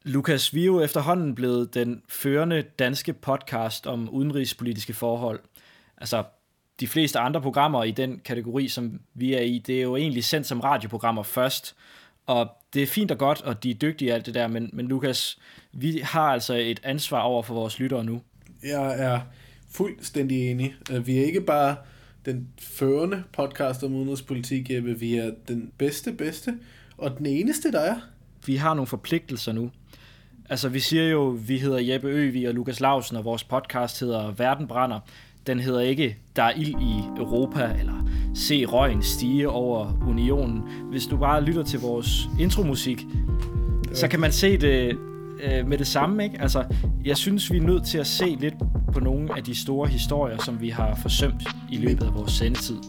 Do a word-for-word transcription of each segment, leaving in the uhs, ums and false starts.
Lukas, vi er jo efterhånden blevet den førende danske podcast om udenrigspolitiske forhold. Altså, de fleste andre programmer i den kategori, som vi er i, det er jo egentlig sendt som radioprogrammer først. Og det er fint og godt, og de er dygtige i alt det der, men, men Lukas, vi har altså et ansvar over for vores lyttere nu. Jeg er fuldstændig enig. Vi er ikke bare den førende podcast om udenrigspolitik, Jeppe. Vi er den bedste, bedste, og den eneste, der er. Vi har nogle forpligtelser nu. Altså, vi siger jo, vi hedder Jeppe Øvig og Lukas Lausen, og vores podcast hedder Verden brænder. Den hedder ikke Der er ild i Europa, eller Se røgen stige over unionen. Hvis du bare lytter til vores intromusik, så kan man se det øh, med det samme, ikke? Altså, jeg synes, vi er nødt til at se lidt på nogle af de store historier, som vi har forsømt i løbet af vores sendetid.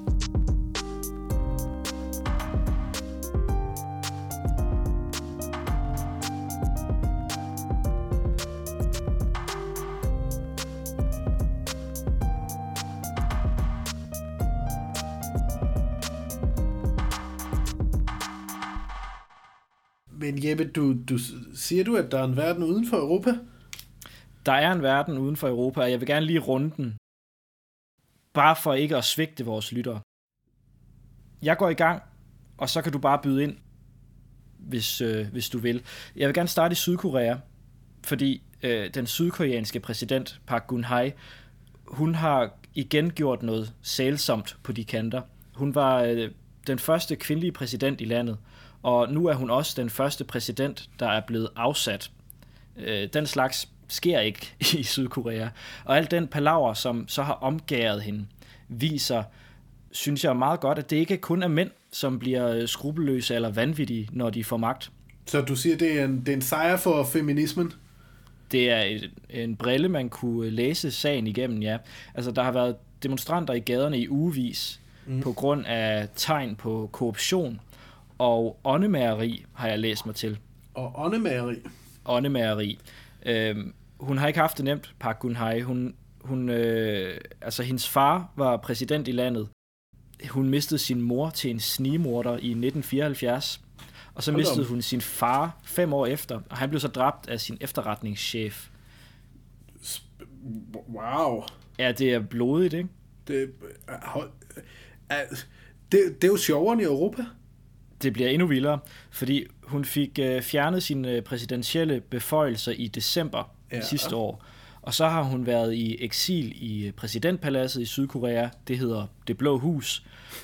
Men Jeppe, du, du, siger du, at der er en verden uden for Europa? Der er en verden uden for Europa, og jeg vil gerne lige runde den. Bare for ikke at svigte vores lyttere. Jeg går i gang, og så kan du bare byde ind, hvis, øh, hvis du vil. Jeg vil gerne starte i Sydkorea, fordi øh, den sydkoreanske præsident Park Geun-hye, hun har igen gjort noget sælsomt på de kanter. Hun var øh, den første kvindelige præsident i landet, og nu er hun også den første præsident, der er blevet afsat. Øh, den slags sker ikke i Sydkorea. Og al den palaver, som så har omgæret hende, viser, synes jeg meget godt, at det ikke kun er mænd, som bliver skrupelløse eller vanvittige, når de får magt. Så du siger, det er en, det er en sejr for feminismen? Det er et, en brille, man kunne læse sagen igennem, ja. Altså, der har været demonstranter i gaderne i ugevis mm. på grund af tegn på korruption og åndemageri, har jeg læst mig til. Og åndemageri? Åndemageri. Øhm, hun har ikke haft det nemt, Park Geun-hye. Hun, hun, øh, altså, hendes far var præsident i landet. Hun mistede sin mor til en snigmorder i nitten fireoghalvfjerds. Og så mistede hun sin far fem år efter, og han blev så dræbt af sin efterretningschef. Wow. Ja, det er blodigt, ikke? Det, det, det er jo sjovere end i Europa. Det bliver endnu vildere, fordi hun fik øh, fjernet sine præsidentielle beføjelser i december ja. sidste år. Og så har hun været i eksil i præsidentpaladset i Sydkorea. Det hedder Det Blå Hus.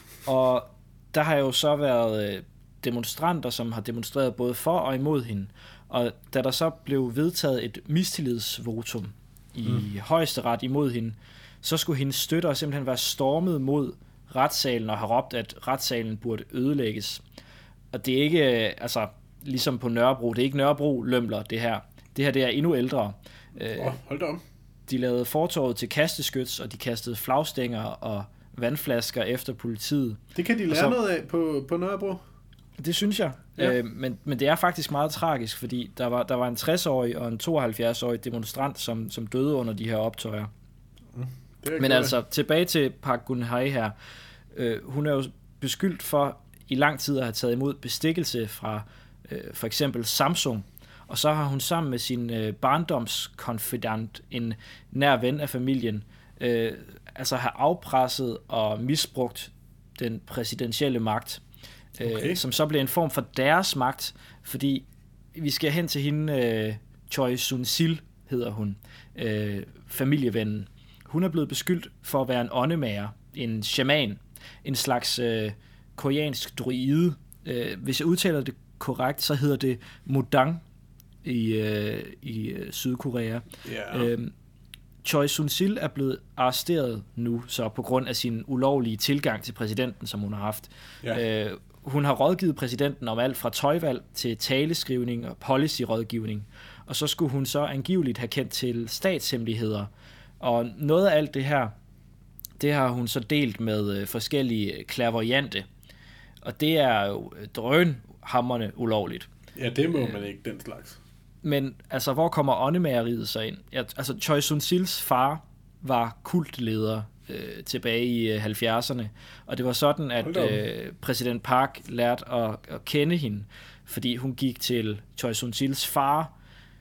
Og der har jo så været øh, demonstranter, som har demonstreret både for og imod hende. Og da der så blev vedtaget et mistillidsvotum i mm. højesteret imod hende, så skulle hendes støtter simpelthen være stormet mod retssalen og have råbt, at retssalen burde ødelægges. Og det er ikke, altså, ligesom på Nørrebro, det er ikke Nørrebro Lømler, det her. Det her, det er endnu ældre. Oh, hold da om. De lavede fortovet til kasteskyts, og de kastede flagstænger og vandflasker efter politiet. Det kan de lære så, noget af på, på Nørrebro? Det synes jeg. Ja. Øh, men, men det er faktisk meget tragisk, fordi der var, der var en tres-årig og en tooghalvfjerds-årig demonstrant, som, som døde under de her optøjer. Mm, men altså, tilbage til Park Geun-hye her. Øh, hun er jo beskyldt for i lang tid at have taget imod bestikkelse fra øh, for eksempel Samsung, og så har hun sammen med sin øh, barndomskonfident, en nær ven af familien, øh, altså har afpresset og misbrugt den præsidentielle magt, okay. øh, som så blev en form for deres magt, fordi vi skal hen til hende, øh, Choi Soon-sil hedder hun, øh, familievennen. Hun er blevet beskyldt for at være en åndemager, en shaman, en slags øh, koreansk druide. Øh, hvis jeg udtaler det korrekt, så hedder det Mudang i, øh, i øh, Sydkorea. Yeah. Øh, Choi Soon-sil er blevet arresteret nu, så på grund af sin ulovlige tilgang til præsidenten, som hun har haft. Yeah. Øh, hun har rådgivet præsidenten om alt fra tøjvalg til taleskrivning og policyrådgivning. Og så skulle hun så angiveligt have kendt til statshemmeligheder. Og noget af alt det her, det har hun så delt med øh, forskellige clairvoyante. Og det er jo drønhamrende ulovligt. Ja, det må man ikke, den slags. Men altså, hvor kommer åndemageriet så ind? Ja, altså, Choi Soon-sils far var kultleder øh, tilbage i øh, halvfjerdserne, og det var sådan, at øh, præsident Park lærte at, at kende hende, fordi hun gik til Choi Soon-sils far,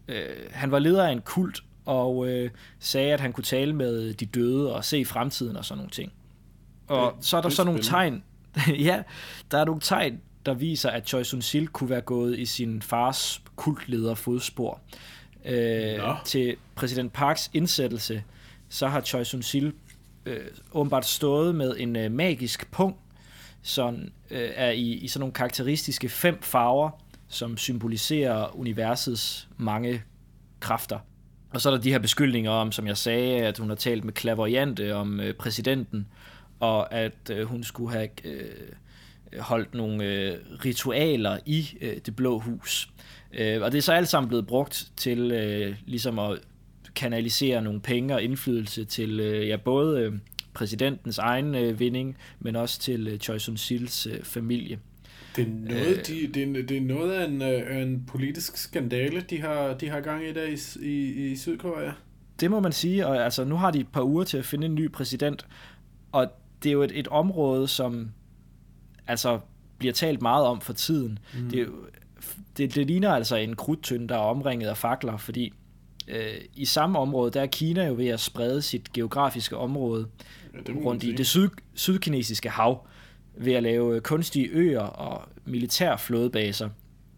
øh, han var leder af en kult, og øh, sagde, at han kunne tale med de døde og se fremtiden og sådan nogle ting. Og det, så er der så nogle tegn, ja, der er nogle tegn, der viser, at Choi Soon-sil kunne være gået i sin fars kultleder fodspor. Øh, til præsident Parks indsættelse, så har Choi Soon-sil øh, åbenbart stået med en øh, magisk pung, som øh, er i, i sådan nogle karakteristiske fem farver, som symboliserer universets mange kræfter. Og så er der de her beskyldninger om, som jeg sagde, at hun har talt med clairvoyante om øh, præsidenten, og at øh, hun skulle have øh, holdt nogle øh, ritualer i øh, det blå hus. Øh, og det er så alt sammen blevet brugt til øh, ligesom at kanalisere nogle penge og indflydelse til øh, ja, både øh, præsidentens egen øh, vinding, men også til øh, Choi Soon-sils øh, familie. Det er noget, øh, de, det er, det er noget af en, øh, en politisk skandale, de har, de har gang i der i, i, i Sydkorea. Det må man sige, og altså, nu har de et par uger til at finde en ny præsident, og det er jo et, et område, som altså bliver talt meget om for tiden. Mm. Det, det, det ligner altså en krudtønde, der er omringet af fakler, fordi øh, i samme område, der er Kina jo ved at sprede sit geografiske område ja, rundt i det syd, sydkinesiske hav, ved at lave kunstige øer og militærflådebaser.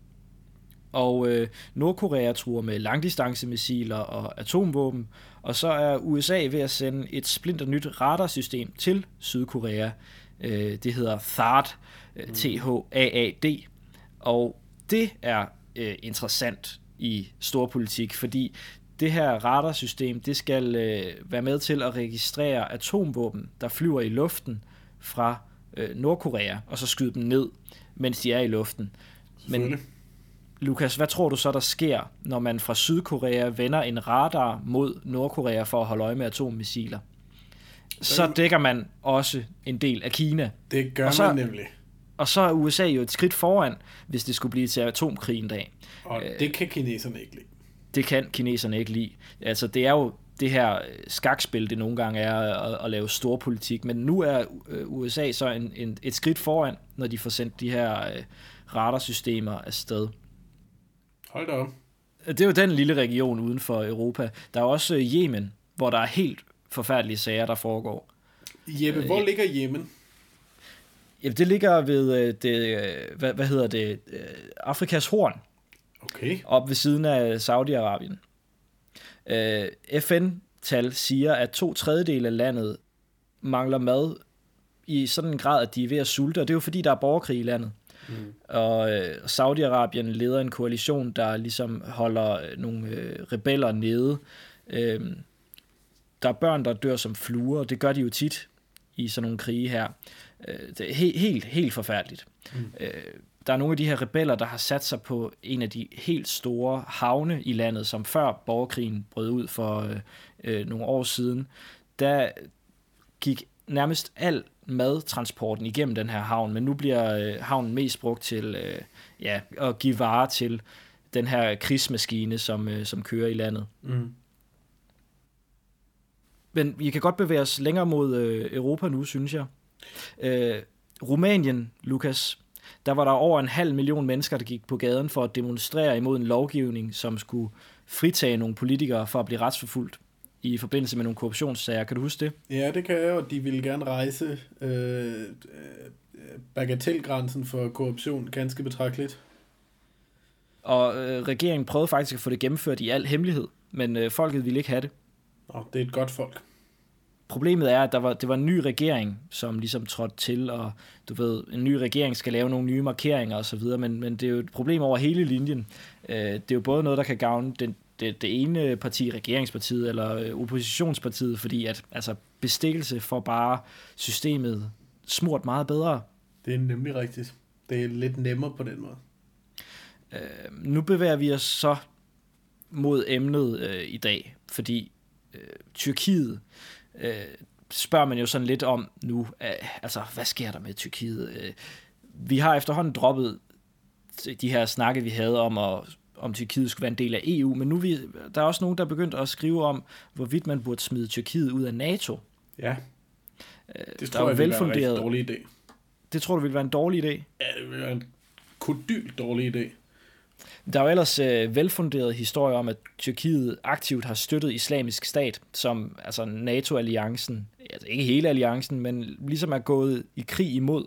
Og øh, Nordkorea truer med langdistancemissiler og atomvåben, og så er U S A ved at sende et splinternyt radarsystem til Sydkorea. Øh, det hedder THAAD, øh, T H A A D, og det er øh, interessant i storpolitik, fordi det her radarsystem, det skal øh, være med til at registrere atomvåben, der flyver i luften fra øh, Nordkorea, og så skyde dem ned, mens de er i luften. Men Lukas, hvad tror du så, der sker, når man fra Sydkorea vender en radar mod Nordkorea for at holde øje med atommissiler? Så dækker man også en del af Kina. Det gør så, man nemlig. Og så er U S A jo et skridt foran, hvis det skulle blive til atomkrig en dag. Og det kan kineserne ikke lide. Det kan kineserne ikke lide. Altså, det er jo det her skakspil, det nogle gange er at, at lave storpolitik, men nu er U S A så en, en, et skridt foran, når de får sendt de her uh, radarsystemer afsted. Hold da op. Det er jo den lille region uden for Europa. Der er også Yemen, hvor der er helt forfærdelige sager, der foregår. Jeppe, hvor øh, ligger Yemen? Ja, det ligger ved det, hvad, hvad hedder det, Afrikas Horn. Okay. Op ved siden af Saudi-Arabien. F N-tal siger, at to tredjedele af landet mangler mad i sådan en grad, at de er ved at sulte, og det er jo fordi, der er borgerkrig i landet. Mm. Og øh, Saudi-Arabien leder en koalition, der ligesom holder nogle øh, rebeller nede. Øh, der er børn, der dør som fluer, og det gør de jo tit i sådan nogle krige her. Øh, det er he- helt, helt forfærdeligt. Mm. Øh, der er nogle af de her rebeller, der har sat sig på en af de helt store havne i landet, som før borgerkrigen brød ud for øh, øh, nogle år siden. Der gik nærmest al madtransporten igennem den her havn, men nu bliver øh, havnen mest brugt til øh, ja, at give varer til den her krigsmaskine, som, øh, som kører i landet. Mm. Men vi kan godt bevæge os længere mod øh, Europa nu, synes jeg. Øh, Rumænien, Lukas, der var der over en halv million mennesker, der gik på gaden for at demonstrere imod en lovgivning, som skulle fritage nogle politikere for at blive retsforfulgt i forbindelse med nogle korruptionssager. Kan du huske det? Ja, det kan jeg, og de ville gerne rejse øh, bagatelgrænsen for korruption ganske betragteligt. Og øh, regeringen prøvede faktisk at få det gennemført i al hemmelighed, men øh, folket ville ikke have det. Nå, det er et godt folk. Problemet er, at der var, det var en ny regering, som ligesom trådte til, og du ved, en ny regering skal lave nogle nye markeringer og så videre, men, men det er jo et problem over hele linjen. Øh, det er jo både noget, der kan gavne den, det, det ene parti, regeringspartiet eller oppositionspartiet, fordi at altså, bestikkelse får bare systemet smurt meget bedre. Det er nemlig rigtigt. Det er lidt nemmere på den måde. Øh, nu bevæger vi os så mod emnet øh, i dag, fordi øh, Tyrkiet øh, spørger man jo sådan lidt om nu, øh, altså hvad sker der med Tyrkiet? Øh, vi har efterhånden droppet de her snakke, vi havde om, at, om Tyrkiet skulle være en del af E U, men nu vi, der er også nogen, der er begyndt at skrive om, hvorvidt man burde smide Tyrkiet ud af NATO. Ja, øh, det tror jeg ville være en rigtig dårlig idé. Det tror du ville være en dårlig idé? Ja, det ville være en kodyl dårlig idé. Der er jo ellers øh, velfunderede historier om, at Tyrkiet aktivt har støttet Islamisk Stat, som altså NATO-alliancen, altså ikke hele alliancen, men ligesom er gået i krig imod.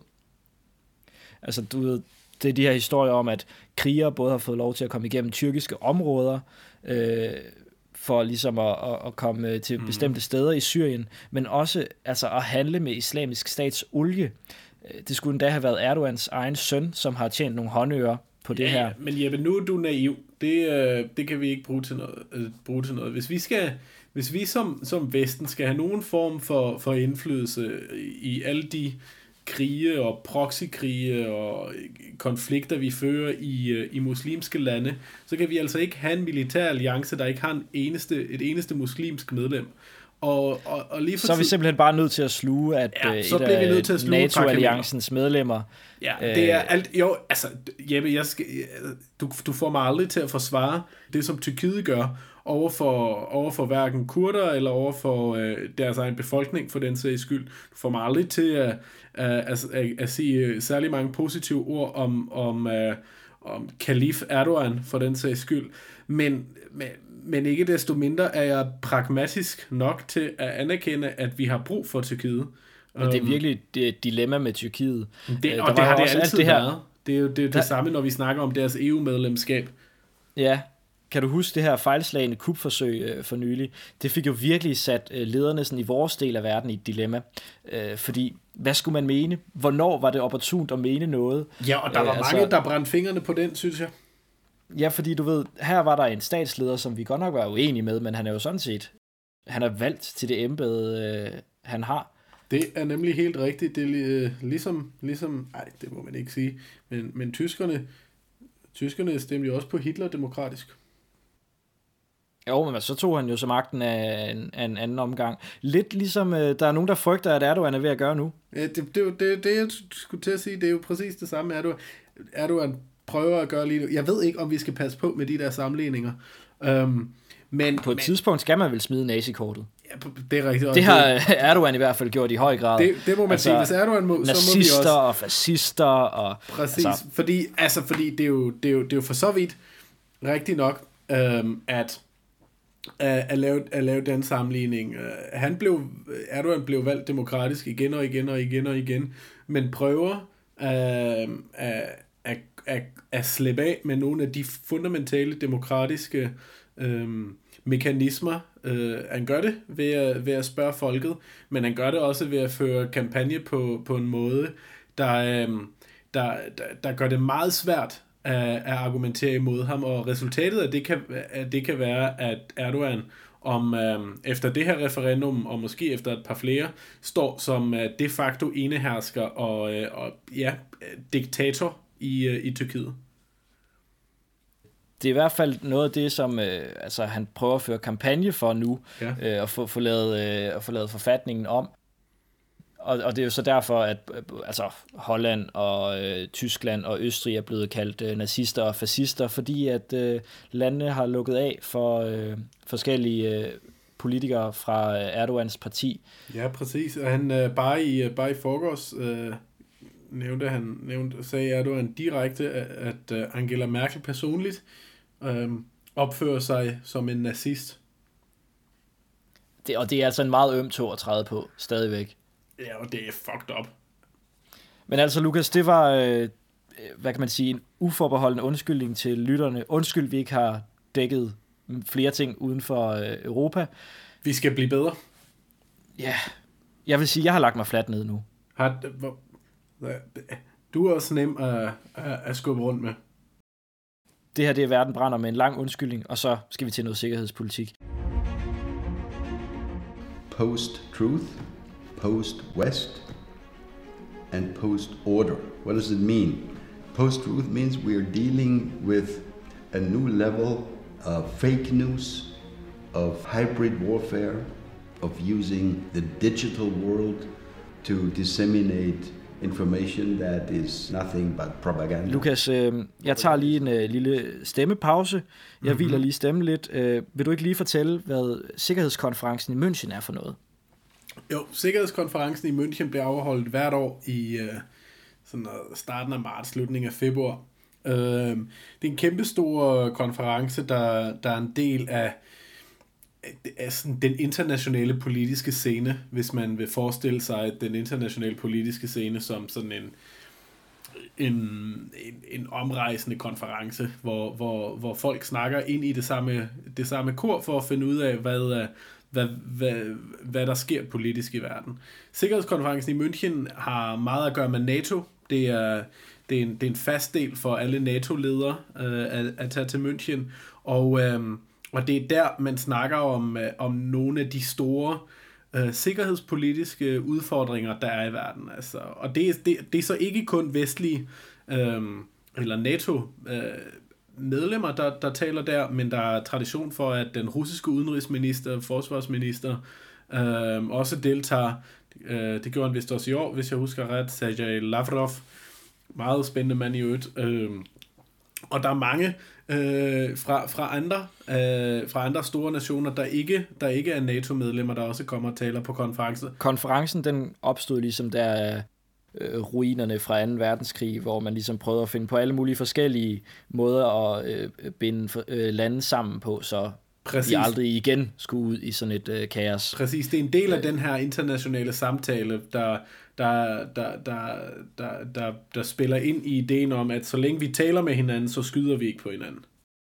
Altså du ved, det er de her historier om, at krigere både har fået lov til at komme igennem tyrkiske områder, øh, for ligesom at, at komme til mm. bestemte steder i Syrien, men også altså at handle med Islamisk Stats olie. Det skulle endda have været Erdogans egen søn, som har tjent nogle håndører på det ja, her. Ja, men Jeppe, nu er du naiv. Det, øh, det kan vi ikke bruge til noget. Øh, bruge til noget. Hvis vi skal, hvis vi som, som Vesten skal have nogen form for, for indflydelse i alle de krige og proxykrige og konflikter, vi fører i, i muslimske lande, så kan vi altså ikke have en militær alliance, der ikke har en eneste, et eneste muslimsk medlem. Og, og, og lige for så er vi simpelthen bare nødt til at sluge, at ja, så et bliver vi nødt til at sluge NATO-alliancens medlemmer... Ja, det er alt... Jo, altså, Jeppe, jeg skal, du, du får mig aldrig til at forsvare det, som Tyrkiet gør overfor, overfor hverken kurder eller overfor øh, deres egen befolkning, for den sags skyld. Du får mig aldrig til at, at, at, at sige særlig mange positive ord om, om, uh, om Kalif Erdogan, for den sags skyld. Men... men Men ikke desto mindre er jeg pragmatisk nok til at anerkende, at vi har brug for Tyrkiet. Men det er virkelig et dilemma med Tyrkiet. Det, og det har det altid det her, været. Det er jo det, er det der, samme, når vi snakker om deres E U-medlemskab. Ja, kan du huske det her fejlslagende kupforsøg øh, for nylig? Det fik jo virkelig sat øh, lederne sådan, i vores del af verden i et dilemma. Øh, fordi, hvad skulle man mene? Hvornår var det opportunt at mene noget? Ja, og der var øh, mange, altså, der brændte fingrene på den, synes jeg. Ja, fordi du ved, her var der en statsleder, som vi godt nok var uenige med, men han er jo sådan set, han er valgt til det embede, øh, han har. Det er nemlig helt rigtigt. Det er øh, ligesom, ligesom, nej, det må man ikke sige, men, men tyskerne, tyskerne stemte jo også på Hitler demokratisk. Jo, men så tog han jo så magten af en, af en anden omgang. Lidt ligesom, øh, der er nogen, der frygter, at Erdogan er ved at gøre nu. Ja, det, det, det, det jeg skulle til at sige, det er jo præcis det samme. Erdogan, Erdogan prøver at gøre lige nu. Jeg ved ikke, om vi skal passe på med de der sammenligninger. Um, men, på et men, tidspunkt skal man vel smide nazikortet. Ja, det er rigtigt. Det har Erdogan i hvert fald gjort i høj grad. Det, det må man altså, sige. Hvis Erdogan må, så må vi også... Nazister og fascister og... Præcis. Altså, fordi, altså, fordi det, er jo, det, er jo, det er jo for så vidt rigtigt nok, um, at, at, at, lave, at lave den sammenligning. Uh, han blev, Erdogan blev valgt demokratisk igen og igen og igen og igen, men prøver uh, at, at, at, at slippe af med nogle af de fundamentale demokratiske øhm, mekanismer. Øh, han gør det ved at, ved at spørge folket, men han gør det også ved at føre kampagne på, på en måde, der, øhm, der, der, der gør det meget svært at, at argumentere imod ham, og resultatet af det kan, af det kan være, at Erdogan om øhm, efter det her referendum, og måske efter et par flere, står som øh, de facto enehersker og, øh, og ja, diktator i, øh, i Tyrkiet. Det er i hvert fald noget af det, som øh, altså, han prøver at føre kampagne for nu, ja. øh, at få, få, lavet, øh, at få lavet forfatningen om. Og, og det er jo så derfor, at øh, altså, Holland og øh, Tyskland og Østrig er blevet kaldt øh, nazister og fascister, fordi at øh, landene har lukket af for øh, forskellige øh, politikere fra øh, Erdogans parti. Ja, præcis. Og han øh, bare i øh, bare i forgårs øh, nævnte han nævnte sagde Erdogan direkte, at, at øh, Angela Merkel personligt øh, opfører sig som en nazist. Det, og det er altså en meget øm tå at træde på, stadigvæk. Ja, og det er fucked up. Men altså, Lukas, det var, øh, hvad kan man sige, en uforbeholden undskyldning til lytterne. Undskyld, vi ikke har dækket flere ting uden for øh, Europa. Vi skal blive bedre. Ja, jeg vil sige, jeg har lagt mig fladt ned nu. Har, hvor, du er også nem at, at, at skubbe rundt med. Det her, det er Verden brænder med en lang undskyldning, og så skal vi til noget sikkerhedspolitik. Post-truth, post-west, and post-order. What does it mean? Post-truth means we are dealing with a new level of fake news, of hybrid warfare, of using the digital world to disseminate information that is nothing but propaganda. Lukas, øh, jeg tager lige en øh, lille stemmepause. Jeg hviler lige stemmen lidt. Øh, vil du ikke lige fortælle, hvad sikkerhedskonferencen i München er for noget? Jo, sikkerhedskonferencen i München bliver afholdt hvert år i øh, sådan starten af marts, slutningen af februar. Øh, det er en kæmpe stor konference, der, der er en del af, af sådan den internationale politiske scene, hvis man vil forestille sig den internationale politiske scene som sådan en En, en, en omrejsende konference, hvor, hvor, hvor folk snakker ind i det samme, det samme kor for at finde ud af, hvad, hvad, hvad, hvad der sker politisk i verden. Sikkerhedskonferencen i München har meget at gøre med NATO. Det er, det er, en, det er en fast del for alle NATO-ledere øh, at, at tage til München, og, øh, og det er der, man snakker om, øh, om nogle af de store Øh, sikkerhedspolitiske udfordringer, der er i verden. Altså, og det, det, det er så ikke kun vestlige øh, eller NATO-medlemmer, øh, der, der taler der, men der er tradition for, at den russiske udenrigsminister, forsvarsminister, øh, også deltager. Øh, det gjorde han vist også i år, hvis jeg husker ret. Sergej Lavrov, meget spændende mand i øvrigt. Øh, og der er mange øh, fra, fra, andre, øh, fra andre store nationer, der ikke, der ikke er NATO-medlemmer, der også kommer og taler på konferencen. Konferencen, den opstod ligesom der øh, ruinerne fra anden verdenskrig, hvor man ligesom prøvede at finde på alle mulige forskellige måder at øh, binde øh, lande sammen på, så Præcis. De aldrig igen skulle ud i sådan et øh, kaos. Præcis, det er en del af den her internationale samtale, der, der, der, der, der, der, der spiller ind i ideen om, at så længe vi taler med hinanden, så skyder vi ikke på hinanden.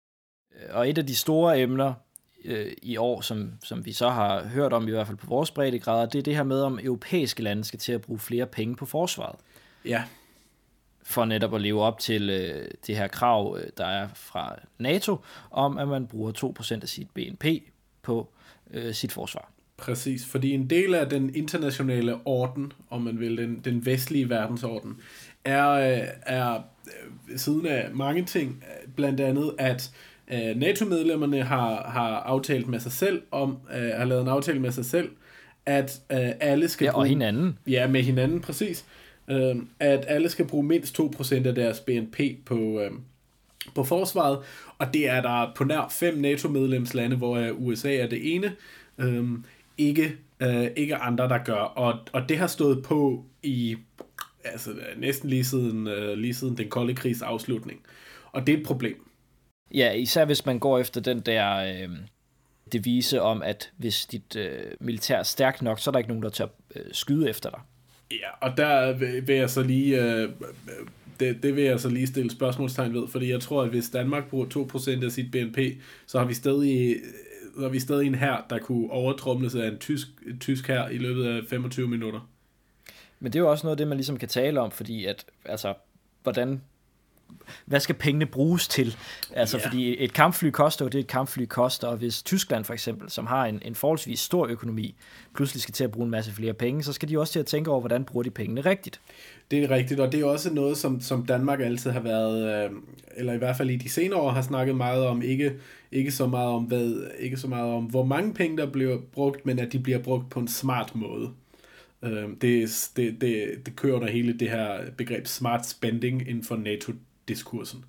Og et af de store emner øh, i år, som, som vi så har hørt om, i hvert fald på vores breddegrader, det er det her med, om europæiske lande skal til at bruge flere penge på forsvaret. Ja. For netop at leve op til øh, det her krav, øh, der er fra NATO, om at man bruger to procent af sit B N P på øh, sit forsvar. Præcis, fordi en del af den internationale orden, om man vil, den, den vestlige verdensorden, er, er siden af mange ting, blandt andet at øh, NATO-medlemmerne har, har aftalt med sig selv, om, øh, har lavet en aftale med sig selv, at øh, alle skal ja, bruge... og hinanden. Ja, med hinanden, præcis. Øh, at alle skal bruge mindst to procent af deres B N P på, øh, på forsvaret, og det er der på nær fem NATO-medlemslande, hvor U S A er det ene, øh, ikke, øh, ikke andre, der gør. Og, og det har stået på i altså, næsten lige siden, øh, lige siden den kolde krigs afslutning. Og det er et problem. Ja, især hvis man går efter den der øh, devise om, at hvis dit øh, militær er stærkt nok, så er der ikke nogen, der tør øh, skyde efter dig. Ja, og der vil jeg så lige øh, det, det vil jeg så lige stille spørgsmålstegn ved, fordi jeg tror, at hvis Danmark bruger to procent af sit B N P, så har vi stadig så har vi stadig en hær, der kunne overtrumles af en tysk, tysk hær i løbet af femogtyve minutter. Men det er jo også noget af det, man ligesom kan tale om, fordi at, altså, hvordan, hvad skal pengene bruges til? Altså, yeah. Fordi et kampfly koster jo det, et kampfly koster, og hvis Tyskland for eksempel, som har en, en forholdsvis stor økonomi, pludselig skal til at bruge en masse flere penge, så skal de også til at tænke over, hvordan bruger de pengene rigtigt. Det er rigtigt, og det er også noget, som, som Danmark altid har været, øh, eller i hvert fald i de senere år har snakket meget om, ikke, ikke, så meget om hvad, ikke så meget om, hvor mange penge der bliver brugt, men at de bliver brugt på en smart måde. Øh, det, det, det, det kører under hele det her begreb smart spending inden for NATO-diskursen.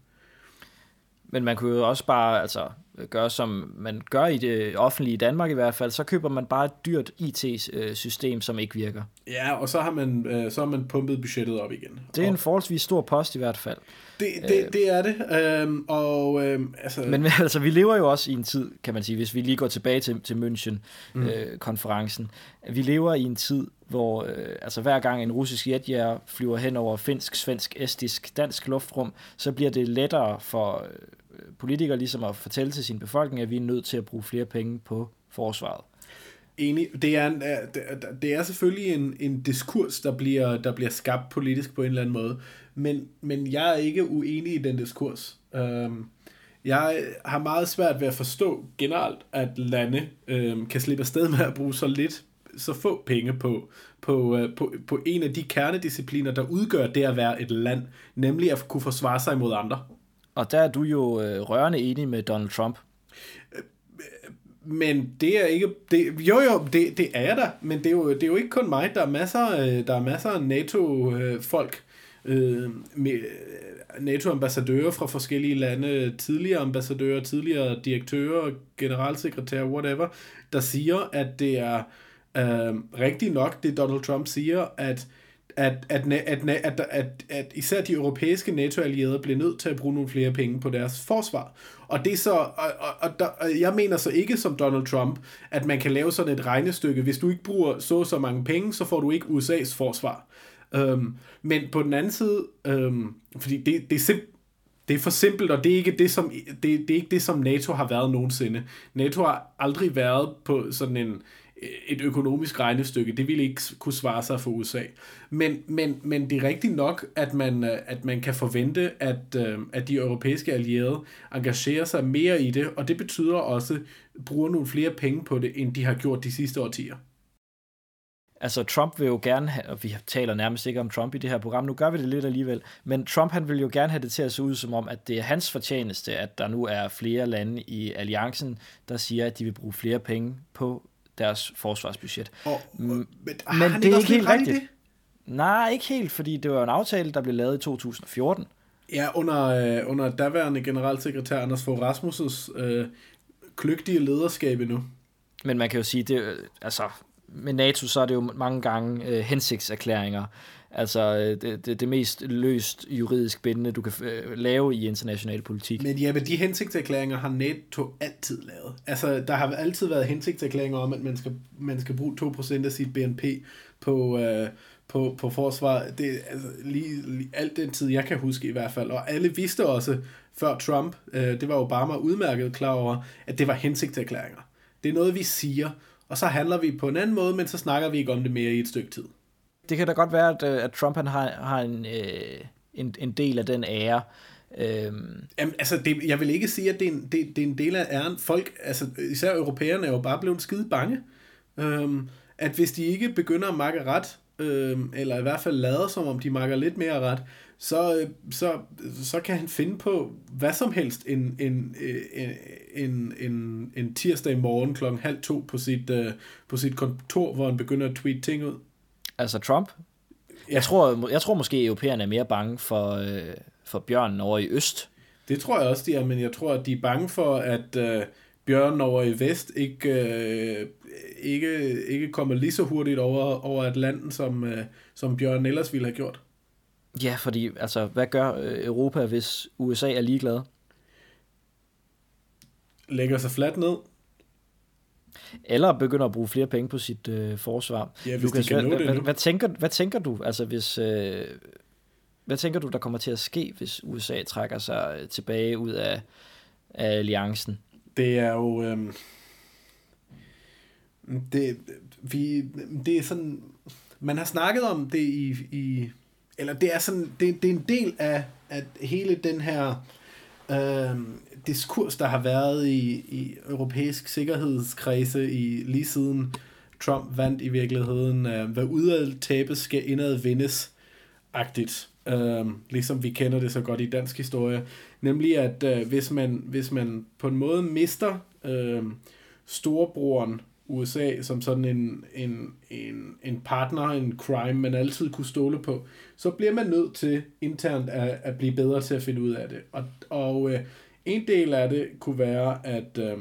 Men man kunne jo også bare altså, gøre, som man gør i det offentlige i Danmark i hvert fald, så køber man bare et dyrt I T-system, som ikke virker. Ja, og så har man, øh, så har man pumpet budgettet op igen. Det er og en forholdsvis stor post i hvert fald. Det, det, det er det. Øhm, og, øhm, altså... Men altså, vi lever jo også i en tid, kan man sige, hvis vi lige går tilbage til, til München-konferencen. Mm. Øh, vi lever i en tid, hvor øh, altså, hver gang en russisk jetjager flyver hen over finsk, svensk, estisk, dansk luftrum, så bliver det lettere for øh, politikere ligesom at fortælle til sin befolkning, at vi er nødt til at bruge flere penge på forsvaret. Enig. Det er, en, det er selvfølgelig en, en diskurs, der bliver, der bliver skabt politisk på en eller anden måde, men, men jeg er ikke uenig i den diskurs. Um, jeg har meget svært ved at forstå generelt, at lande um, kan slippe afsted med at bruge så lidt, så få penge på, på, uh, på, på en af de kernediscipliner, der udgør det at være et land, nemlig at kunne forsvare sig mod andre. Og der er du jo øh, rørende enig med Donald Trump. Men det er ikke det, jo jo det, det er jeg da, men det er jo det er jo ikke kun mig. Der er masser der er masser af NATO folk, øh, med NATO-ambassadører fra forskellige lande, tidligere ambassadører, tidligere direktører, generalsekretærer, whatever, der siger, at det er øh, rigtigt nok det Donald Trump siger, at at, at, at, at, at, at især de europæiske NATO-allierede bliver nødt til at bruge nogle flere penge på deres forsvar. Og det er så, og, og, og, der, og jeg mener så ikke som Donald Trump, at man kan lave sådan et regnestykke. Hvis du ikke bruger så så mange penge, så får du ikke U S A's forsvar. Um, men på den anden side, um, fordi det, det er simpelthen det er for simpelt, og det er ikke det, som, det, det er ikke det, som NATO har været nogensinde. NATO har aldrig været på sådan en, et økonomisk regnestykke. Det ville ikke kunne svare sig for U S A. Men, men, men det er rigtigt nok, at man, at man kan forvente, at, at de europæiske allierede engagerer sig mere i det, og det betyder også, at bruger nogle flere penge på det, end de har gjort de sidste årtier. Altså Trump vil jo gerne have, og vi taler nærmest ikke om Trump i det her program, nu gør vi det lidt alligevel, men Trump han vil jo gerne have det til at se ud som om, at det er hans fortjeneste, at der nu er flere lande i alliancen, der siger, at de vil bruge flere penge på deres forsvarsbudget. Og, og, men men det er ikke helt rigtigt. Nej, ikke helt, fordi det var en aftale, der blev lavet i to tusind og fjorten. Ja, under, øh, under daværende generalsekretær Anders Fogh Rasmussens øh, kløgtige lederskab endnu. Men man kan jo sige, det altså med NATO, så er det jo mange gange øh, hensigtserklæringer. Altså det, det, det mest løst juridisk bindende, du kan øh, lave i international politik. Men ja, men de hensigtserklæringer har NATO altid lavet. Altså der har altid været hensigtserklæringer om, at man skal, man skal bruge to procent af sit B N P på, øh, på, på forsvar. Det er altså, lige, lige alt den tid, jeg kan huske i hvert fald. Og alle vidste også før Trump, øh, det var Obama udmærket klar over, at det var hensigtserklæringer. Det er noget, vi siger, og så handler vi på en anden måde, men så snakker vi ikke om det mere i et stykke tid. Det kan da godt være, at, at Trump han har, har en, øh, en, en del af den ære. Øhm. Jamen, altså, det, jeg vil ikke sige, at det er, en, det, det er en del af æren. Folk, altså især europæerne, er jo bare blevet skide bange. Øhm, at hvis de ikke begynder at makke ret, øhm, eller i hvert fald lader som om de makker lidt mere ret, så, så, så kan han finde på hvad som helst en, en, en, en, en, en tirsdag morgen klokken halv to på sit, uh, på sit kontor, hvor han begynder at tweete ting ud. Altså Trump? Ja. Jeg, tror, jeg tror måske, at europæerne er mere bange for, øh, for bjørnen over i øst. Det tror jeg også, de er, men jeg tror, at de er bange for, at øh, bjørnen over i vest ikke, øh, ikke, ikke kommer lige så hurtigt over, over Atlanten, som, øh, som bjørnen ellers ville have gjort. Ja, fordi altså, hvad gør Europa, hvis U S A er ligeglade? Lægger sig fladt ned. Eller begynder at bruge flere penge på sit øh, forsvar. Ja, hvis Lukas, de kan nå det hvad, hvad, tænker, hvad tænker du, altså hvis, øh, hvad tænker du, der kommer til at ske, hvis U S A trækker sig tilbage ud af, af alliancen? Det er jo, øh, det, vi, det er sådan, man har snakket om det i, i eller det er sådan, det, det er en del af, af hele den her øh, diskurs, der har været i, i europæisk sikkerhedskredse i lige siden Trump vandt i virkeligheden, øh, hvad udad tabes skal indad vindes agtigt, øh, ligesom vi kender det så godt i dansk historie, nemlig at øh, hvis, man, hvis man på en måde mister øh, storebroren U S A som sådan en, en, en, en partner, en crime, man altid kunne stole på, så bliver man nødt til internt at, at blive bedre til at finde ud af det. Og, og øh, en del af det kunne være, at, øh,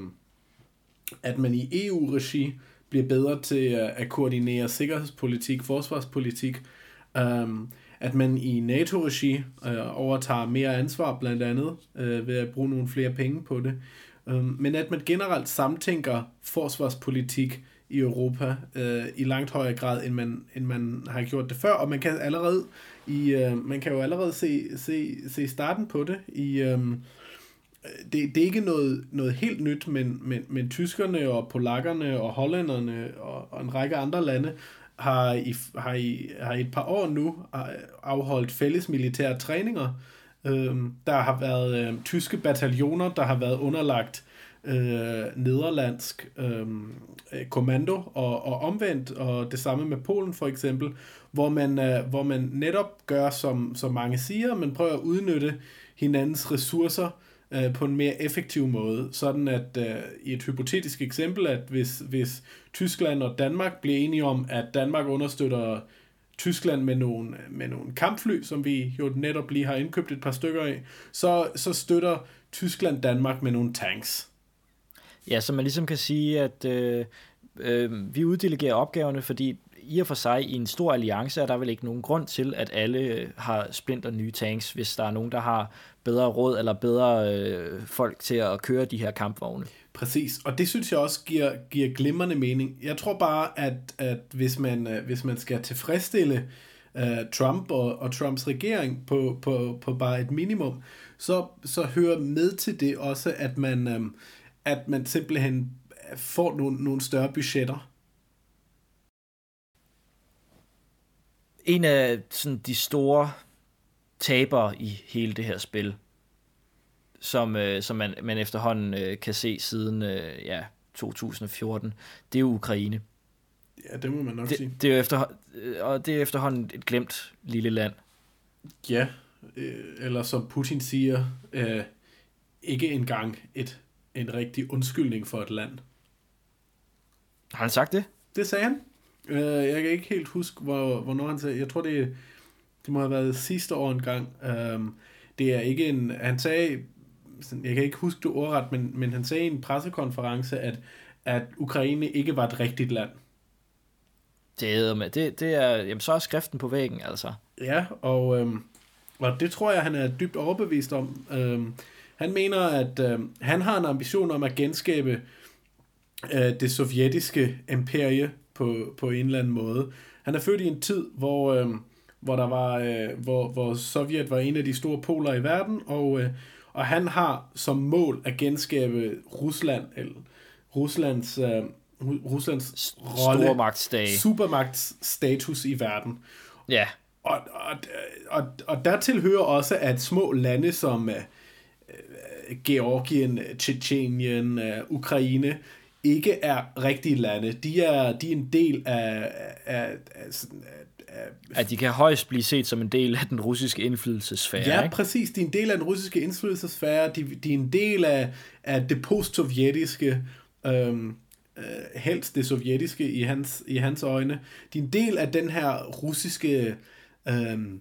at man i E U-regi bliver bedre til at, at koordinere sikkerhedspolitik, forsvarspolitik, øh, at man i NATO-regi øh, overtager mere ansvar, blandt andet øh, ved at bruge nogle flere penge på det. Men at man generelt samtænker forsvarspolitik i Europa øh, i langt højere grad, end man, end man har gjort det før, og man kan allerede i, øh, man kan jo allerede se, se, se starten på det. I, øh, det, det er ikke noget, noget helt nyt, men, men, men tyskerne og polakkerne og hollænderne og, og en række andre lande har i, har, i, har i et par år nu afholdt fælles militære træninger. Øhm, der har været øh, tyske bataljoner, der har været underlagt øh, nederlandsk øh, kommando og, og omvendt, og det samme med Polen for eksempel, hvor man, øh, hvor man netop gør, som, som mange siger, man prøver at udnytte hinandens ressourcer øh, på en mere effektiv måde, sådan at øh, i et hypotetisk eksempel, at hvis, hvis Tyskland og Danmark bliver enige om, at Danmark understøtter Tyskland med nogle, med nogle kampfly, som vi jo netop lige har indkøbt et par stykker af, så, så støtter Tyskland Danmark med nogle tanks. Ja, så man ligesom kan sige, at øh, øh, vi uddelegerer opgaverne, fordi i og for sig i en stor alliance er der vel ikke nogen grund til, at alle har splinter nye tanks, hvis der er nogen, der har bedre råd eller bedre øh, folk til at køre de her kampvogne. Præcis, og det synes jeg også giver, giver glimrende mening. Jeg tror bare, at, at hvis, man, øh, hvis man skal tilfredsstille øh, Trump og, og Trumps regering på, på, på bare et minimum, så, så hører med til det også, at man, øh, at man simpelthen får nogle, nogle større budgetter. En af sådan, de store tabere i hele det her spil, som, øh, som man, man efterhånden øh, kan se siden øh, ja, to tusind og fjorten, det er jo Ukraine. Ja, det må man nok det, sige. Det er jo efter, og det er efterhånden et glemt lille land. Ja, øh, eller som Putin siger, øh, ikke engang et, en rigtig undskyldning for et land. Har han sagt det? Det sagde han. Øh, jeg kan ikke helt huske, hvor, hvornår han sagde. Jeg tror, det, det må have været sidste år en gang. Øh, det er ikke en... Han sagde... Jeg kan ikke huske det ordret, men, men han sagde i en pressekonference, at, at Ukraine ikke var et rigtigt land. Det er, det, det er jamen, så er skriften på væggen, altså. Ja, og, øhm, og det tror jeg, han er dybt overbevist om. Øhm, han mener, at øhm, han har en ambition om at genskabe øh, det sovjetiske imperie på, på en eller anden måde. Han er født i en tid, hvor, øhm, hvor, der var, øh, hvor, hvor Sovjet var en af de store poler i verden, og, øh, og han har som mål at genskabe Rusland, eller Ruslands... Øh, Ruslands rolle, stormagtsdag, supermagtsstatus i verden. Ja. Og, og, og, og dertil hører også, at små lande som uh, Georgien, Tjetjenien, uh, Ukraine ikke er rigtige lande. De er, de er en del af, af, af, sådan, af... At de kan højst blive set som en del af den russiske indflydelsesfære. Ja, ikke? præcis. De er en del af den russiske indflydelsesfære. De, de er en del af, af det post-sovjetiske... Øhm, helst det sovjetiske i hans, i hans øjne. De er en del af den her russiske øhm,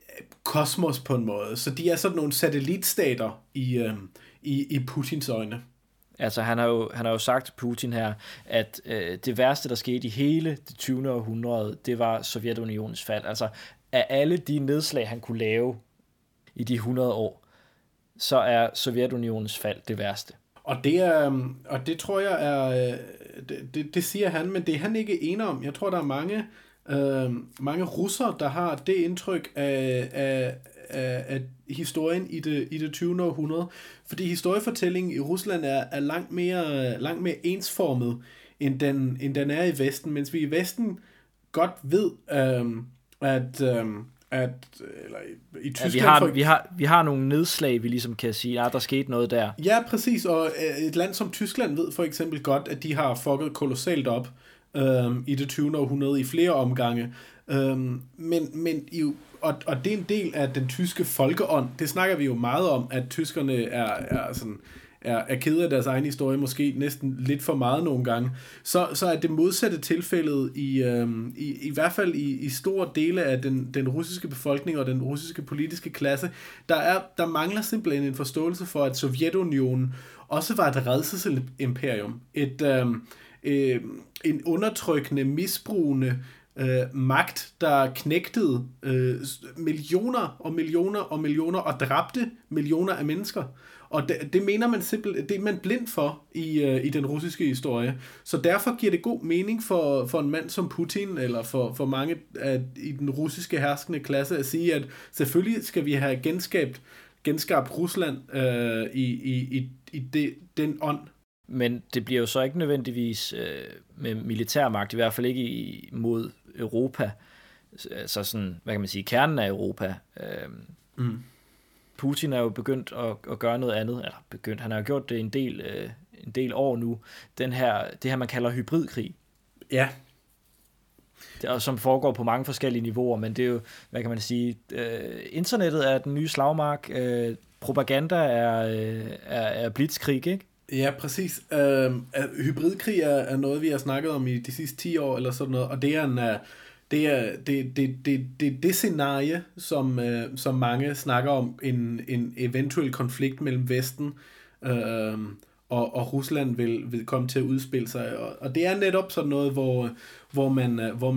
kosmos på en måde. Så de er sådan nogle satellitstater i, øhm, i, i Putins øjne. Altså han har jo, han har jo sagt Putin her, at øh, det værste, der skete i hele det tyvende århundrede, det var Sovjetunionens fald. Altså af alle de nedslag, han kunne lave i de hundrede år, så er Sovjetunionens fald det værste. Og det er, og det tror jeg er, det, det, det siger han, men det er han ikke enig om. Jeg tror, der er mange, øh, mange russere, der har det indtryk af, af, af, af historien i det, i det tyvende århundrede. Fordi historiefortællingen i Rusland er, er langt, mere, langt mere ensformet, end den, end den er i Vesten. Mens vi i Vesten godt ved, øh, at... Øh, at eller i, i Tyskland... Ja, vi, har, for... vi, har, vi har nogle nedslag, vi ligesom kan sige, at der skete noget der. Ja, præcis, og et land som Tyskland ved for eksempel godt, at de har fucket kolossalt op øhm, i det tyvende århundrede i flere omgange. Øhm, men, men i, og, og det er en del af den tyske folkeånd. Det snakker vi jo meget om, at tyskerne er, er sådan... Er, er kede af deres egen historie, måske næsten lidt for meget nogle gange, så, så er det modsatte tilfældet i, øhm, i, i hvert fald i, i store dele af den, den russiske befolkning og den russiske politiske klasse. Der, er, der mangler simpelthen en forståelse for, at Sovjetunionen også var et rædselsimperium. Et, øhm, øh, en undertrykkende, misbrugende øh, magt, der knægtede øh, millioner og millioner og millioner og dræbte millioner af mennesker. Og det, det mener man simpelthen, det er man blind for i, uh, i den russiske historie. Så derfor giver det god mening for, for en mand som Putin, eller for, for mange at, i den russiske herskende klasse, at sige, at selvfølgelig skal vi have genskabt, genskabt Rusland uh, i, i, i, i det, den ånd. Men det bliver jo så ikke nødvendigvis uh, med militærmagt, i hvert fald ikke i, mod Europa. Så sådan, hvad kan man sige, kernen af Europa. Uh, mm. Putin er jo begyndt at, at gøre noget andet, eller begyndt, han har jo gjort det en del, øh, en del år nu, den her, det her, man kalder hybridkrig. Ja. Det er, som foregår på mange forskellige niveauer, men det er jo, hvad kan man sige, øh, internettet er den nye slagmark, øh, propaganda er, øh, er, er blitzkrig, ikke? Ja, præcis. Øh, hybridkrig er, er noget, vi har snakket om i de sidste ti år, eller sådan noget, og det er en... Uh, Det er det, det, det, det, det scenarie, som, øh, som mange snakker om, en, en eventuel konflikt mellem Vesten øh, og, og Rusland vil, vil komme til at udspille sig. Og, og det er netop sådan noget, hvor, hvor, man, hvor man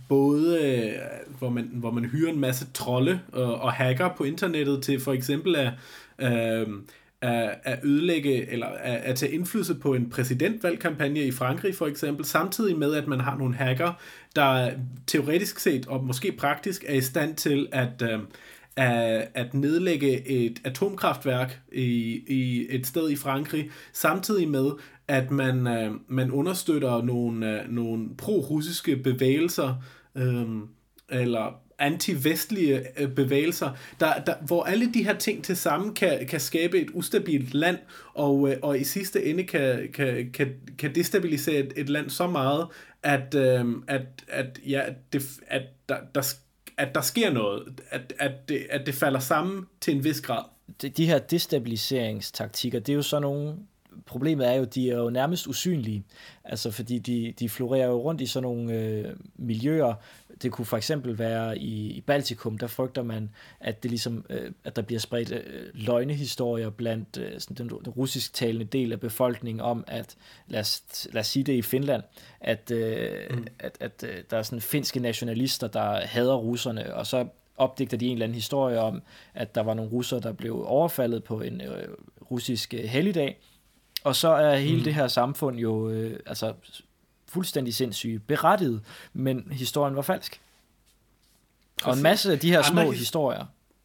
både øh, hvor, man, hvor man hyrer en masse trolde og, og hacker på internettet til for eksempel at, øh, at, at ødelægge eller at, at tage indflydelse på en præsidentvalgkampagne i Frankrig for eksempel, samtidig med at man har nogle hacker, der teoretisk set og måske praktisk er i stand til at øh, At, at nedlægge et atomkraftværk i, i et sted i Frankrig, samtidig med, at man, øh, man understøtter nogle, øh, nogle pro-russiske bevægelser, øh, eller anti-vestlige bevægelser, der, der, hvor alle de her ting til sammen kan, kan skabe et ustabilt land, og, og i sidste ende kan, kan, kan, kan destabilisere et, et land så meget, at, øh, at, at, ja, det, at der, der at der sker noget, at, at, det, at det falder sammen til en vis grad. De, de her destabiliseringstaktikker, det er jo sådan nogle, problemet er jo, de er jo nærmest usynlige, altså fordi de, de florerer jo rundt i sådan nogle øh, miljøer. Det kunne for eksempel være i, i Baltikum, der frygter man, at det ligesom, øh, at der bliver spredt øh, løgnehistorier blandt øh, sådan den, den russisktalende del af befolkningen om, at, lad os, lad os sige det i Finland, at, øh, mm. at, at øh, der er sådan finske nationalister, der hader russerne, og så opdigter de en eller anden historie om, at der var nogle russere, der blev overfaldet på en øh, russisk øh, helligdag, og så er hele mm. det her samfund jo øh, altså fuldstændig sindssygt berettiget, men historien var falsk. Præcis. Og en masse af de her små his- historier.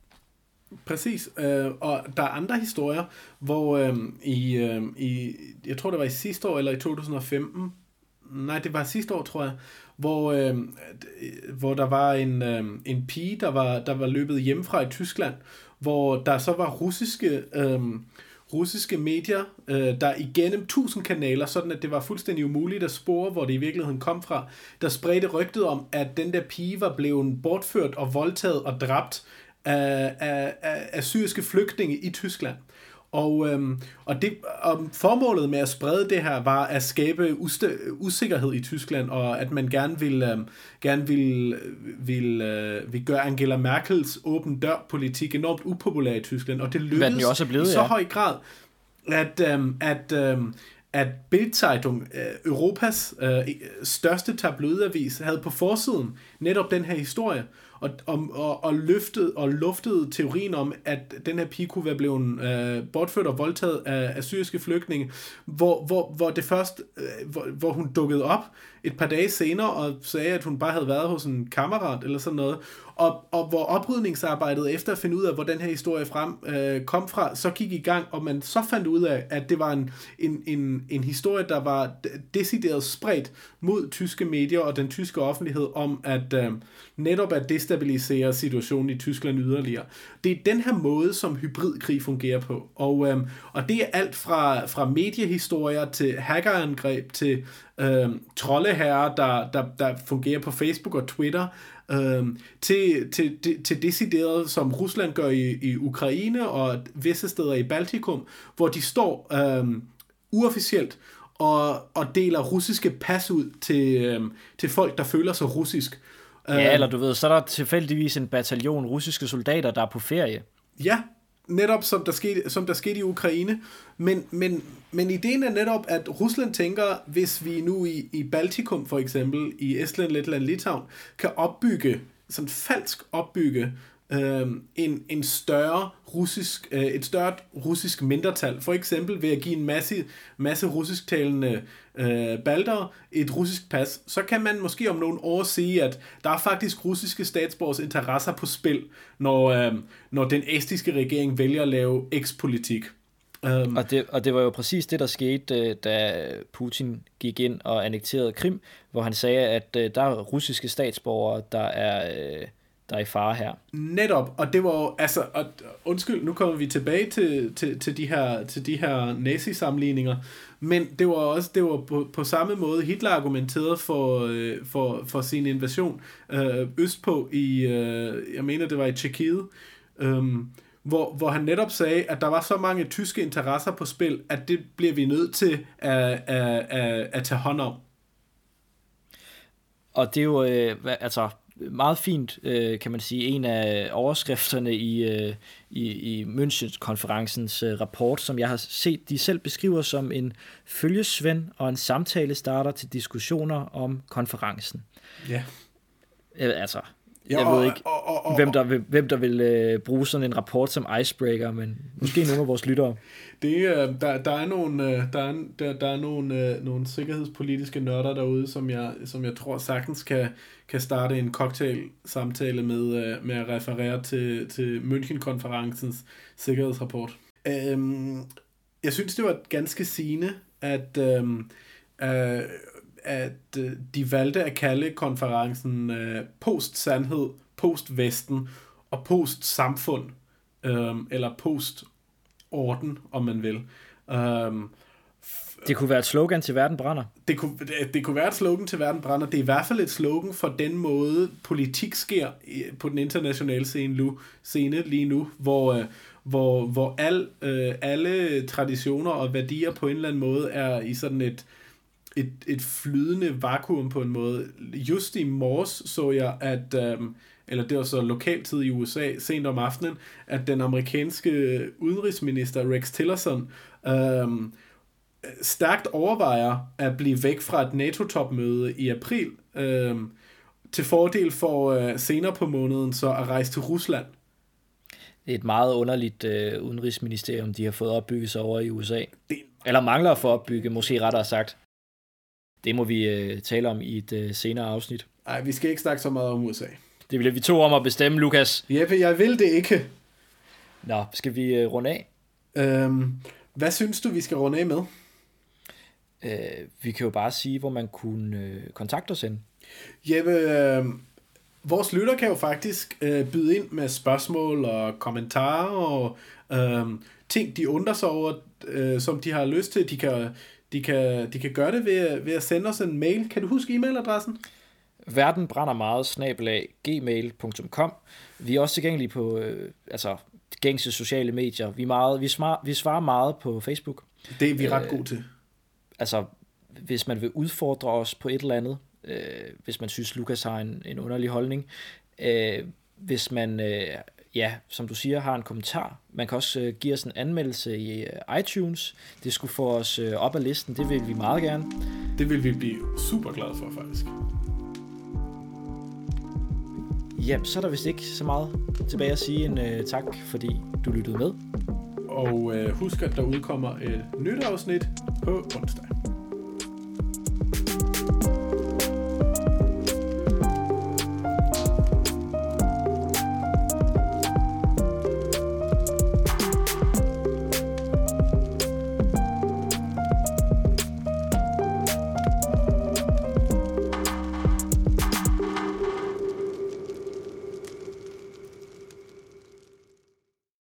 Præcis, øh, og der er andre historier, hvor øh, i, øh, i, jeg tror det var i sidste år, eller i to tusind og femten, nej det var sidste år tror jeg, hvor, øh, hvor der var en, øh, en pige, der var, der var løbet hjemmefra i Tyskland, hvor der så var russiske... Øh, russiske medier, øh, der igennem tusind kanaler, sådan at det var fuldstændig umuligt at spore, hvor det i virkeligheden kom fra, der spredte rygtet om, at den der pige var blevet bortført og voldtaget og dræbt af, af, af, af syriske flygtninge i Tyskland. Og, øhm, og, det, og formålet med at sprede det her var at skabe uste, usikkerhed i Tyskland, og at man gerne ville, øhm, gerne ville, ville, øh, ville gøre Angela Merkels åben dør-politik enormt upopulær i Tyskland, og det lykkedes jo også blevet, i så ja. høj grad, at, øhm, at, øhm, at Bild-Zeitung, øh, Europas øh, største tabloidavis, havde på forsiden netop den her historie, og, og, og, løftede, og luftede teorien om, at den her pige kunne være blevet øh, bortført og voldtaget af, af syriske flygtninge, hvor, hvor, hvor det først, øh, hvor, hvor hun dukkede op et par dage senere og sagde, at hun bare havde været hos en kammerat eller sådan noget, og, og hvor oprydningsarbejdet efter at finde ud af, hvor den her historie frem øh, kom fra, så gik i gang, og man så fandt ud af, at det var en, en, en, en historie, der var decideret spredt mod tyske medier og den tyske offentlighed om, at øh, netop at destabilisere situationen i Tyskland yderligere. Det er den her måde, som hybridkrig fungerer på, og, øh, og det er alt fra, fra mediehistorier til hackerangreb til øh, troldeherrer, der, der, der fungerer på Facebook og Twitter, Øhm, til, til, til, til decideret, som Rusland gør i, i Ukraine og visse steder i Baltikum, hvor de står øhm, uofficielt og, og deler russiske pas ud til, øhm, til folk, der føler sig russisk. Ja, eller du ved, så er der tilfældigvis en bataljon russiske soldater, der er på ferie. Ja, netop som der skete, som der skete i Ukraine. Men, men, men ideen er netop, at Rusland tænker, hvis vi nu i, i Baltikum for eksempel, i Estland, Letland, Litauen, kan opbygge, sådan falsk opbygge, øh, en, en større russisk, øh, et større russisk mindretal, for eksempel ved at give en masse, masse russisktalende øh, balter et russisk pas, så kan man måske om nogle år sige, at der er faktisk russiske statsborgers interesser på spil, når, øh, når den estiske regering vælger at lave ekspolitik. Um, og, det, og det var jo præcis det, der skete, da Putin gik ind og annekterede Krim, hvor han sagde, at der er russiske statsborgere, der er... der er i fare her. Netop, og det var jo, altså, og, undskyld, nu kommer vi tilbage til, til, til de her, til de her nazi-sammenligninger, men det var også, det var på, på samme måde, Hitler argumenterede for, øh, for, for sin invasion øh, østpå i, øh, jeg mener det var i Tjekkiet, øh, hvor, hvor han netop sagde, at der var så mange tyske interesser på spil, at det bliver vi nødt til at, at, at, at tage hånd om. Og det er jo, øh, altså, meget fint, øh, kan man sige, en af overskrifterne i, øh, i, i München-konferencens øh, rapport, som jeg har set, de selv beskriver som en følgesvend og en samtale starter til diskussioner om konferencen. Ja. Altså, Ja, jeg og, ved ikke, og, og, og, hvem der vil, hvem der vil øh, bruge sådan en rapport som icebreaker, men måske nogle af vores lyttere. Det, øh, der, der er nogle, øh, der er, der, der er nogle, øh, nogle sikkerhedspolitiske nørder derude, som jeg, som jeg tror sagtens kan, kan starte en cocktail-samtale med, øh, med at referere til, til München-konferencens sikkerhedsrapport. Øhm, jeg synes, det var ganske sigende, at, øhm, øh, at øh, de valgte at kalde konferencen øh, post-sandhed, post-vesten og post-samfund, øh, eller post-orden, om man vil. Øh, Det kunne være et slogan til Verden brænder. Det kunne, det, det kunne være et slogan til Verden brænder. Det er i hvert fald et slogan for den måde, politik sker på den internationale scene, scene lige nu, hvor, øh, hvor, hvor al, øh, alle traditioner og værdier på en eller anden måde er i sådan et, et, et flydende vakuum på en måde. Just i morges så jeg, at, øh, eller det var så lokaltid i U S A, sent om aftenen, at den amerikanske udenrigsminister Rex Tillerson øh, stærkt overvejer at blive væk fra et NATO-topmøde i april, øh, til fordel for øh, senere på måneden så at rejse til Rusland. Det er et meget underligt øh, udenrigsministerium, de har fået opbygget sig over i U S A. Det... Eller mangler at få opbygget, måske rettere sagt. Det må vi øh, tale om i et øh, senere afsnit. Nej, vi skal ikke snakke så meget om U S A. Det bliver vi to om at bestemme, Lukas. Jeppe, jeg vil det ikke. Nå, skal vi øh, runde af? Øhm, hvad synes du, vi skal runde af med? Øh, vi kan jo bare sige, hvor man kunne øh, kontakte os hen. Jeppe, øh, vores lytter kan jo faktisk øh, byde ind med spørgsmål og kommentarer og øh, ting, de undrer sig over, øh, som de har lyst til. De kan, de kan, de kan gøre det ved, ved at sende os en mail. Kan du huske e-mailadressen? Verden brænder meget snabel-a gmail punktum com. Vi er også tilgængelige på øh, altså, gængse sociale medier. Vi, er meget, vi, svar, vi svarer meget på Facebook. Det er vi ret gode til. Altså, hvis man vil udfordre os på et eller andet, øh, hvis man synes, Lukas har en, en underlig holdning, øh, hvis man, øh, ja, som du siger, har en kommentar, man kan også øh, give os en anmeldelse i øh, iTunes. Det skulle få os øh, op ad listen, det vil vi meget gerne. Det vil vi blive super glade for, faktisk. Jamen, så er der vist ikke så meget tilbage at sige en øh, tak, fordi du lyttede med. Og øh, husk, at der udkommer et nyt afsnit på onsdag.